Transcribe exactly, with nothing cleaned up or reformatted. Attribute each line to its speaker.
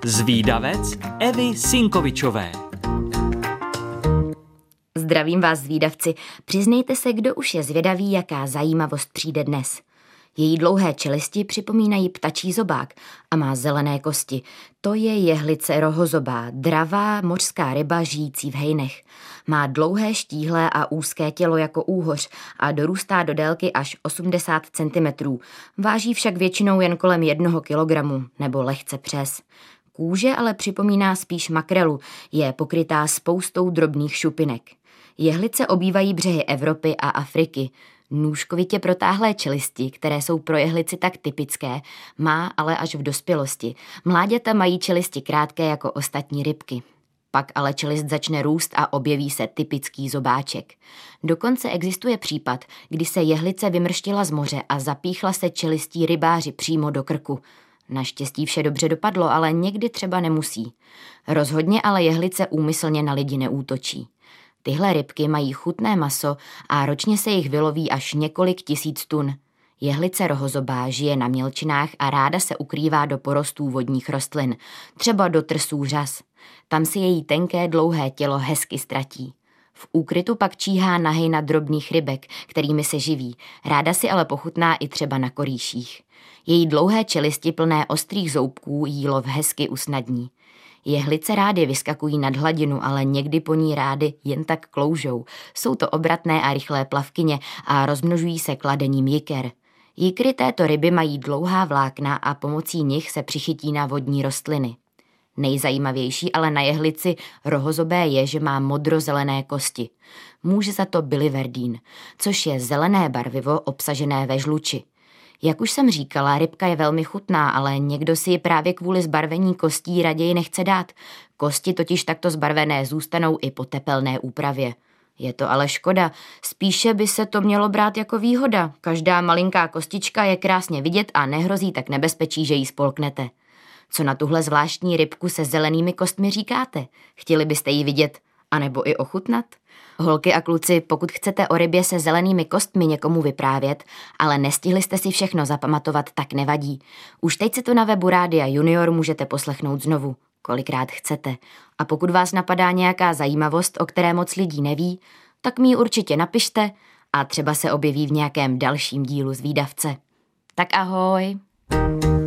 Speaker 1: Zvídavec Evy Sinkovičové.
Speaker 2: Zdravím vás, zvídavci. Přiznejte se, kdo už je zvědavý, jaká zajímavost přijde dnes. Její dlouhé čelisti připomínají ptačí zobák a má zelené kosti. To je jehlice rohozobá, dravá mořská ryba žijící v hejnech. Má dlouhé štíhlé a úzké tělo jako úhoř a dorůstá do délky až osmdesát centimetrů. Váží však většinou jen kolem jednoho kilogramu nebo lehce přes. Kůže ale připomíná spíš makrelu, je pokrytá spoustou drobných šupinek. Jehlice obývají břehy Evropy a Afriky. Nůžkovitě protáhlé čelisti, které jsou pro jehlici tak typické, má ale až v dospělosti. Mláďata mají čelisti krátké jako ostatní rybky. Pak ale čelist začne růst a objeví se typický zobáček. Dokonce existuje případ, kdy se jehlice vymrštila z moře a zapíchla se čelistí rybáři přímo do krku. Naštěstí vše dobře dopadlo, ale někdy třeba nemusí. Rozhodně ale jehlice úmyslně na lidi neútočí. Tyhle rybky mají chutné maso a ročně se jich vyloví až několik tisíc tun. Jehlice rohozobá žije na mělčinách a ráda se ukrývá do porostů vodních rostlin, třeba do trsů řas. Tam si její tenké dlouhé tělo hezky ztratí. V úkrytu pak číhá na hejna drobných rybek, kterými se živí. Ráda si ale pochutná i třeba na korýších. Její dlouhé čelisti plné ostrých zoubků jí lov hezky usnadní. Jehlice rády vyskakují nad hladinu, ale někdy po ní rády jen tak kloužou. Jsou to obratné a rychlé plavkyně a rozmnožují se kladením jiker. Jikry této ryby mají dlouhá vlákna a pomocí nich se přichytí na vodní rostliny. Nejzajímavější ale na jehlici rohozobé je, že má modrozelené kosti. Může za to biliverdín, což je zelené barvivo obsažené ve žluči. Jak už jsem říkala, rybka je velmi chutná, ale někdo si ji právě kvůli zbarvení kostí raději nechce dát. Kosti totiž takto zbarvené zůstanou i po tepelné úpravě. Je to ale škoda, spíše by se to mělo brát jako výhoda. Každá malinká kostička je krásně vidět a nehrozí tak nebezpečí, že ji spolknete. Co na tuhle zvláštní rybku se zelenými kostmi říkáte? Chtěli byste ji vidět, anebo i ochutnat? Holky a kluci, pokud chcete o rybě se zelenými kostmi někomu vyprávět, ale nestihli jste si všechno zapamatovat, tak nevadí. Už teď se to na webu Rádia Junior můžete poslechnout znovu, kolikrát chcete. A pokud vás napadá nějaká zajímavost, o které moc lidí neví, tak mi ji určitě napište a třeba se objeví v nějakém dalším dílu Zvídavce. Tak ahoj!